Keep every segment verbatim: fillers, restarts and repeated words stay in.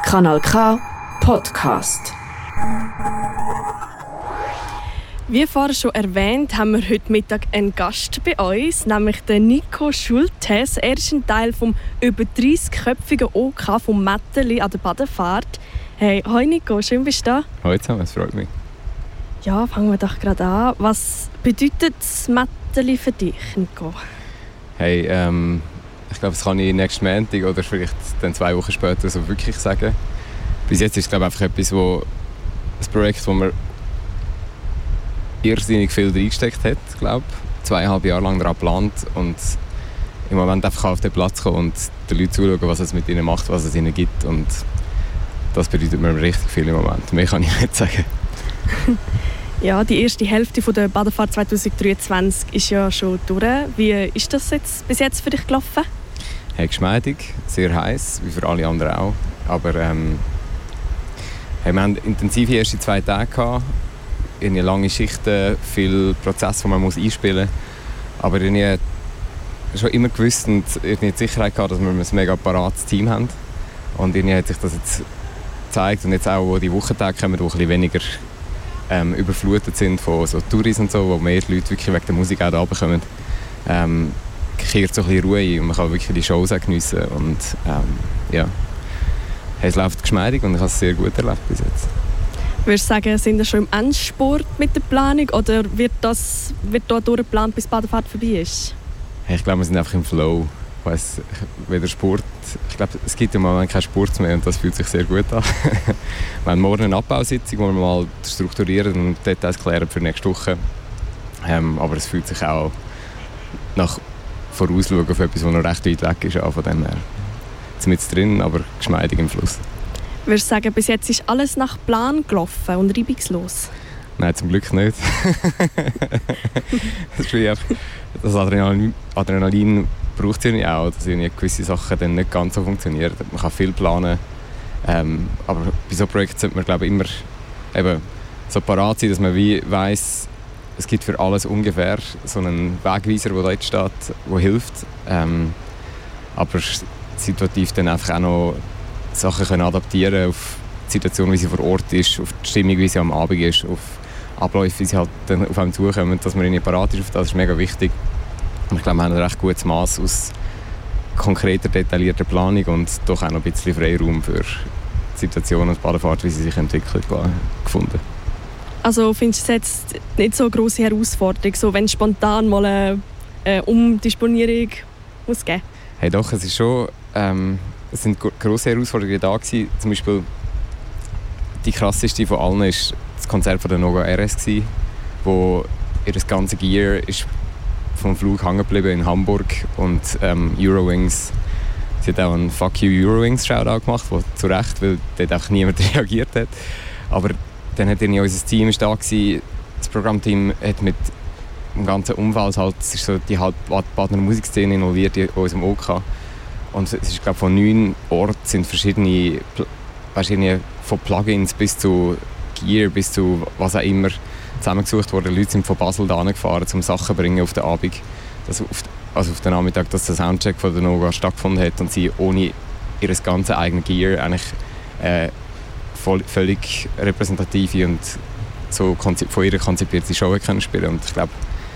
Kanal K Podcast. Wie vorher schon erwähnt, haben wir heute Mittag einen Gast bei uns, nämlich den Nico Schultes. Er ist ein Teil vom über dreißig-köpfigen O K vom Mätteli an der Badefahrt. Hey, hoi Nico, schön bist du da. Hallo zusammen, es freut mich. Ja, fangen wir doch gerade an. Was bedeutet das Mätteli für dich, Nico? Hey, ähm, ich glaube, das kann ich nächsten Montag oder vielleicht dann zwei Wochen später so wirklich sagen. Bis jetzt ist es glaube ich, einfach etwas, wo ein Projekt, wo man irrsinnig viel reingesteckt hat, glaube ich. Zweieinhalb Jahre lang daran geplant und im Moment einfach auf den Platz kommen und den Leuten zuschauen, was es mit ihnen macht, was es ihnen gibt. Und das bedeutet mir richtig viel im Moment. Mehr kann ich nicht sagen. Ja, die erste Hälfte der Badefahrt zwanzig dreiundzwanzig ist ja schon durch. Wie ist das jetzt bis jetzt für dich gelaufen? Hey, geschmeidig, sehr heiß, wie für alle anderen auch. Aber ähm, hey, wir hatten intensive erste zwei Tage gehabt. Eine lange Schichten, viele Prozesse, die man muss einspielen muss. Aber ich habe schon immer gewusst und die Sicherheit gehabt, dass wir ein mega parates Team haben. Und irgendwie hat sich das jetzt gezeigt. Und jetzt auch, wo die Wochentage kommen, wo ein bisschen weniger ähm, überflutet sind von so Touris und so, wo mehr die Leute wirklich wegen der Musik auch da bekommen, ähm, kehrt so ein bisschen Ruhe ein und man kann wirklich die Shows auch geniessen. Und ähm, ja, hey, es läuft geschmeidig und ich habe es sehr gut erlebt bis jetzt. Würdest du sagen, sind wir schon im Endspurt mit der Planung oder wird das wird da durchgeplant, bis die Badefahrt vorbei ist? Hey, ich glaube, wir sind einfach im Flow. Ich weiss, weder Sport, ich glaube, es gibt im Moment keinen Sport mehr und das fühlt sich sehr gut an. Wir haben morgen eine Abbausitzung, wo wir mal strukturieren und Details klären für nächste Woche. Ähm, aber es fühlt sich auch nach Vorausschauen auf etwas, das noch recht weit weg ist, an von dem her. Jetzt mit drin, aber geschmeidig im Fluss. Würdest du sagen, bis jetzt ist alles nach Plan gelaufen und reibungslos? Nein, zum Glück nicht. Das ist wie einfach, das Adrenalin, Adrenalin braucht es ja auch, dass gewisse Sachen dann nicht ganz so funktionieren. Man kann viel planen, ähm, aber bei so Projekten sollte man glaube ich, immer eben so parat sein, dass man wie weiss, es gibt für alles ungefähr so einen Wegweiser, der dort steht, der hilft. Ähm, aber situativ dann einfach auch noch Sachen können adaptieren auf die Situation, wie sie vor Ort ist, auf die Stimmung, wie sie am Abend ist, auf Abläufe, wie sie halt dann auf einem zukommen, dass man irgendwie parat ist auf das, ist mega wichtig. Und ich glaube, wir haben ein recht gutes Maß aus konkreter, detaillierter Planung und doch auch noch ein bisschen Freiraum für die Situation und die Badefahrt, wie sie sich entwickelt, gefunden. Also findest du es jetzt nicht so eine grosse Herausforderung, so wenn spontan mal eine äh, Umdisponierung muss geben? Hey doch, es ist schon, ähm, es sind grosse Herausforderungen da gewesen. Zum Beispiel die krasseste von allen war das Konzert von der Noga R S gewesen, wo ihr das ganze Gear ist vom Flug hängen geblieben in Hamburg und ähm, Eurowings, sie hat auch einen Fuck You Eurowings Shoutout gemacht, wo zu Recht, weil dort einfach niemand reagiert hat. Aber dann hat irgendwie unser Team ist da gewesen, das Programmteam hat mit dem ganzen Umfeld halt, es ist so die Badner Musikszene involviert in unserem O K. Und es ist glaube von neun Orten sind verschiedene, verschiedene von Plugins bis zu Gear bis zu was auch immer zusammengesucht worden. Die Leute sind von Basel da gefahren, um Sachen zu bringen auf den Abend. Das auf, also auf den Nachmittag, dass der Soundcheck von der Noga stattgefunden hat und sie ohne ihr ganzes eigenes Gear eigentlich äh, voll, völlig repräsentative und so von ihr konzipierte Show können spielen. Und ich glaube,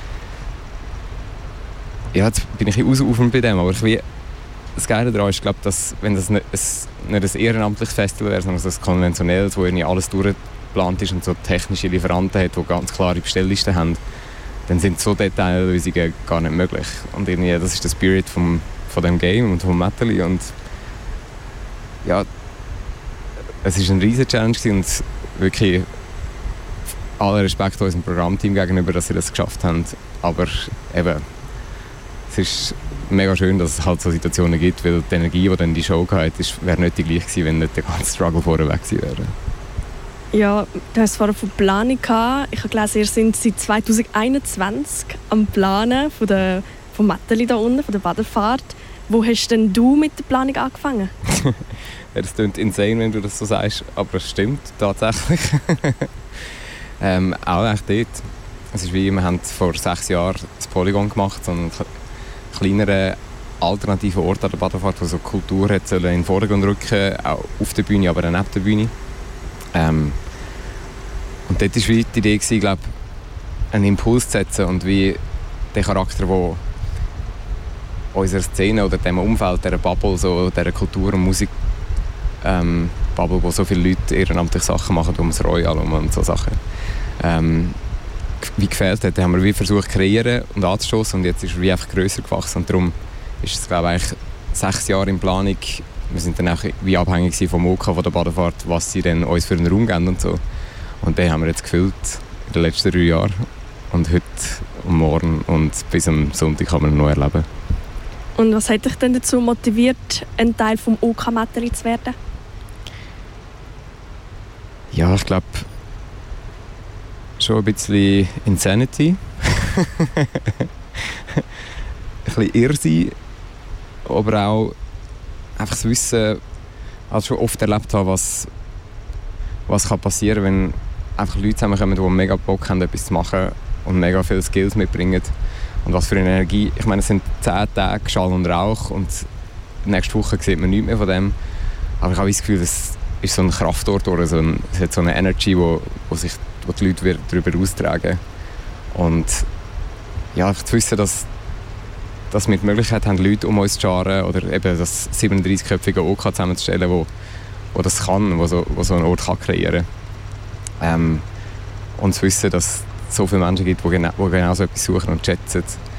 ja, jetzt bin ich ein bisschen ausufern bei dem, aber ich wie, das Geile daran ist, glaube, dass wenn das nicht ein, nicht ein ehrenamtliches Festival wäre, sondern ein konventionelles, wo irgendwie alles durchgeplant ist und so technische Lieferanten hat, die ganz klare Bestelllisten haben, dann sind so Detaillösungen gar nicht möglich. Und irgendwie, das ist der Spirit vom, von dem Game und vom Mätteli. Und ja, es war eine riesige Challenge und wirklich aller Respekt unserem Programmteam gegenüber, dass sie das geschafft haben. Aber eben, es ist mega schön, dass es halt so Situationen gibt, weil die Energie, die dann die Show hatte, wäre nicht die gleiche gewesen, wenn nicht der ganze Struggle vorher weg gewesen wäre. Ja, du hast vorher von Planung gehabt. Ich habe gelesen, ihr seid seit zwanzig einundzwanzig am Planen von der, vom Mätteli da unten, von der Badefahrt. Wo hast denn du mit der Planung angefangen? Ja, das klingt insane, wenn du das so sagst, aber es stimmt tatsächlich. ähm, auch echt dort. Es ist wie, wir haben vor sechs Jahren das Polygon gemacht, so einen kleineren alternativen Ort an der Badefahrt, der so Kultur hat, sollen in den Vordergrund rücken, auch auf der Bühne, aber auch neben der Bühne. Ähm, und dort war die Idee, gewesen, glaub, einen Impuls zu setzen und wie der Charakter, der unserer Szene oder dem Umfeld, dieser Bubble, so, dieser Kultur- und Musik ähm, Bubble, wo so viele Leute ehrenamtlich Sachen machen, um das Royal und so Sachen, ähm, wie gefehlt hat, haben wir wie versucht zu kreieren und anzustoßen und jetzt ist er wie einfach grösser gewachsen und darum ist es, glaube ich, sechs Jahre in Planung. Wir sind dann auch wie abhängig vom O K, von der Badefahrt, was sie dann uns für einen Raum geben und so. Und den haben wir jetzt gefüllt in den letzten drei Jahren und heute und morgen und bis am Sonntag kann man ihn noch erleben. Und was hat dich denn dazu motiviert, ein Teil vom O K-Mätterli zu werden? Ja, ich glaube schon ein bisschen Insanity. Ein bisschen irr sein, aber auch einfach das Wissen, also schon oft erlebt habe, was, was kann passieren kann, wenn einfach Leute zusammenkommen, die mega Bock haben, etwas zu machen und mega viele Skills mitbringen. Und was für eine Energie. Ich meine, es sind zehn Tage Schall und Rauch und nächste Woche sieht man nichts mehr von dem. Aber ich habe das Gefühl, es ist so ein Kraftort oder so ein, es hat so eine Energy, wo, wo sich wo die Leute darüber austragen. Und ja, einfach zu wissen, dass, dass wir die Möglichkeit haben, Leute um uns zu scharen oder eben das siebenunddreissig-köpfige O K zusammenzustellen, wo, wo das kann, wo so, wo so einen Ort kann kreieren kann. Ähm, und zu wissen, dass es so viele Menschen gibt, die genau, die genau so etwas suchen und schätzen.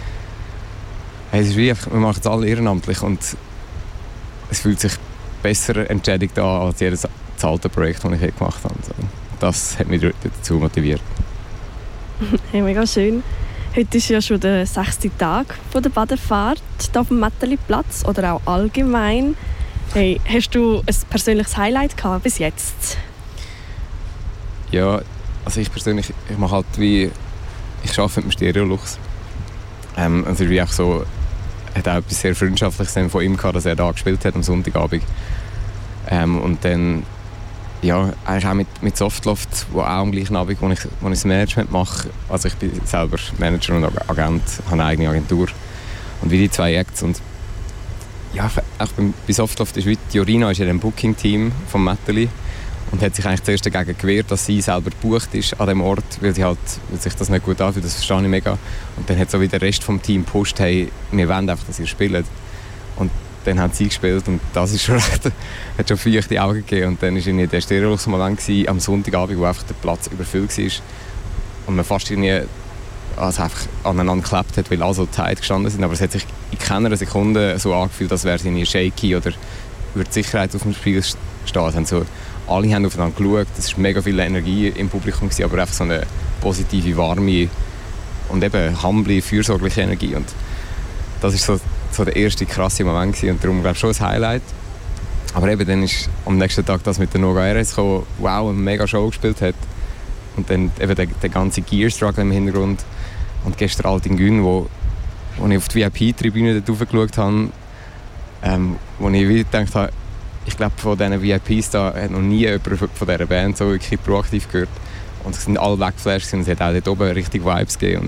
Hey, es ist wie einfach, wir machen es alle ehrenamtlich und es fühlt sich besser entschädigt an als jedes alte Projekt, das ich gemacht habe. Das hat mich dazu motiviert. Hey, mega schön. Heute ist ja schon der sechste Tag von der Badefahrt hier auf dem Mätterli-Platz oder auch allgemein. Hey, hast du ein persönliches Highlight gehabt bis jetzt? Ja, also ich persönlich, ich mache halt wie, ich arbeite mit dem Stereolux. Ähm, es ist wie auch so, hat auch etwas sehr Freundschaftliches von ihm gehabt, dass er da gespielt hat am Sonntagabend. Ähm, und dann ja, eigentlich auch mit, mit Softloft, wo auch am gleichen Abend, wo ich, wo ich das Management mache. Also ich bin selber Manager und Agent, habe eine eigene Agentur. Und wie die zwei Acts. Und ja, auch bei Softloft ist wie die Jorina ist ja im Booking-Team vom Mätterli und hat sich eigentlich zuerst dagegen gewehrt, dass sie selber gebucht ist an dem Ort, weil, sie halt, weil sich das nicht gut anfühlt, das verstehe ich mega. Und dann hat so wie der Rest vom Team gepusht, hey, wir wollen einfach, dass ihr spielt. Und dann haben sie gespielt und das ist schon recht, hat schon feuchte Augen gegeben. Und dann war der Stereolux-Moment am Sonntagabend, wo einfach der Platz überfüllt war und man fast irgendwie also einfach aneinander geklebt hat, weil alle so tight gestanden sind. Aber es hat sich in keiner Sekunde so angefühlt, als wäre es irgendwie shaky oder würde die Sicherheit auf dem Spiel stehen. So, alle haben aufeinander geschaut, es war mega viel Energie im Publikum, aber einfach so eine positive, warme und eben humble, fürsorgliche Energie. Und das ist so so der erste krasse Moment gewesen und darum glaube ich schon ein Highlight. Aber eben dann ist am nächsten Tag das mit der Noga R S gekommen, wow, eine mega Show gespielt hat. Und dann eben der, der ganze Gear-Struggle im Hintergrund. Und gestern halt in Gün, wo, wo ich auf die V I P-Tribüne dort raufgeschaut habe, ähm, wo ich wieder gedacht habe, ich glaube von diesen V I Ps da hat noch nie jemand von dieser Band so wirklich proaktiv gehört. Und es sind alle weggeflasht und es hat auch dort oben richtig Vibes gegeben. Und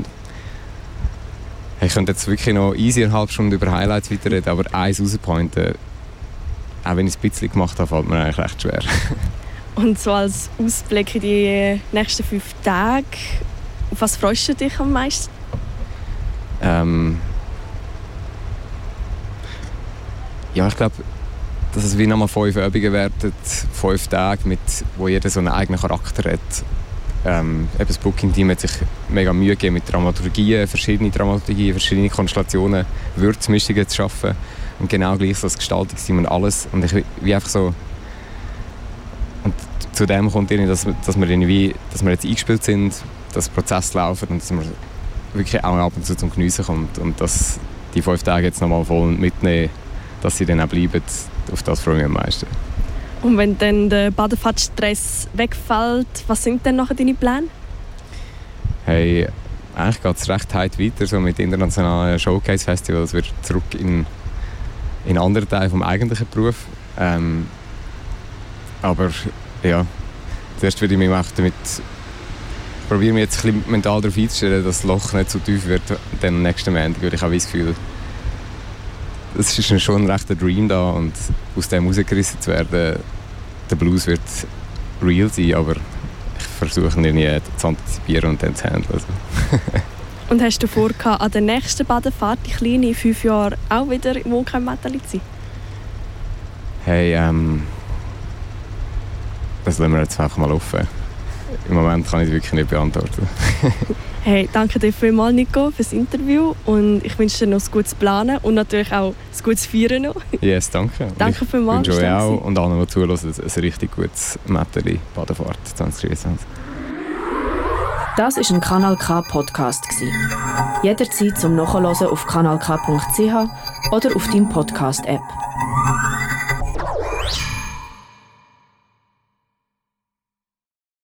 ich könnte jetzt wirklich noch easy eine halbe Stunde über Highlights weiterreden, aber eins rauspointen, auch wenn ich es ein bisschen gemacht habe, fällt mir eigentlich recht schwer. Und so als Ausblick in die nächsten fünf Tage, auf was freust du dich am meisten? Ähm ja, ich glaube, dass es wie nochmal fünf Übungen werden, fünf Tage, mit, wo jeder so einen eigenen Charakter hat. Ähm, eben das Booking-Team hat sich mega Mühe gegeben mit Dramaturgien, verschiedene Dramaturgien, verschiedene Konstellationen, Würzmischungen zu schaffen. Und genau gleich so das Gestaltungsteam und alles. Und ich wie einfach so... Und zu dem kommt irgendwie, dass, dass, wir irgendwie, dass wir jetzt eingespielt sind, dass Prozesse laufen und dass man wirklich auch ab und zu zum Geniessen kommt. Und dass die fünf Tage jetzt nochmal voll mitnehmen, dass sie dann auch bleiben, auf das freue ich mich am meisten. Und wenn dann der Badefahrtstress wegfällt, was sind dann nachher deine Pläne? Hey, eigentlich geht es recht weit weiter so mit internationalen Showcase-Festivals. Wir zurück in, in andere Teile vom eigentlichen Beruf. Ähm, aber ja, zuerst würde ich mich auch damit probieren, mich jetzt ein bisschen mental darauf einzustellen, dass das Loch nicht so tief wird. Dann am nächsten Montag würde ich auch das Gefühl, es ist schon ein rechter Dream da und aus dem rausgerissen zu werden, der Blues wird real sein, aber ich versuche ihn nie zu antizipieren und dann zu handeln. Also. Und hast du vor, an der nächsten Badefahrt, die kleine, in fünf Jahren, auch wieder im Wohnheim-Metalli zu sein? Hey, ähm... das lassen wir jetzt einfach mal offen. Im Moment kann ich es wirklich nicht beantworten. Hey, danke dir vielmals, Nico, für das Interview. Und ich wünsche dir noch ein gutes Planen und natürlich auch ein gutes Feiern noch. Yes, danke. Danke vielmals. Ich wünsche euch auch und allen, die zuhören, ein richtig gutes Metalli-Badefahrt zwanzig vierundzwanzig. Das war ein Kanal K Podcast. Jederzeit zum Nachhören auf kanal k punkt c h oder auf deinem Podcast-App.